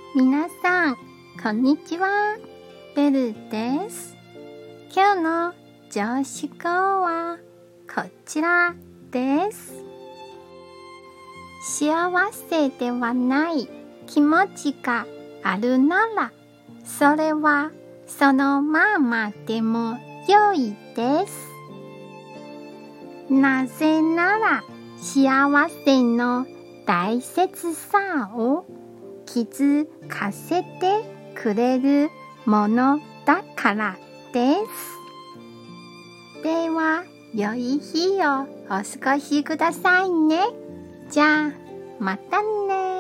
皆さん、こんにちは。ベルです。今日の上司語はこちらです。幸せではない気持ちがあるなら、それはそのままでも良いです。なぜなら、幸せの大切さを気づかせてくれるものだからです。では、良い日をお過ごしくださいね。じゃあ、またね。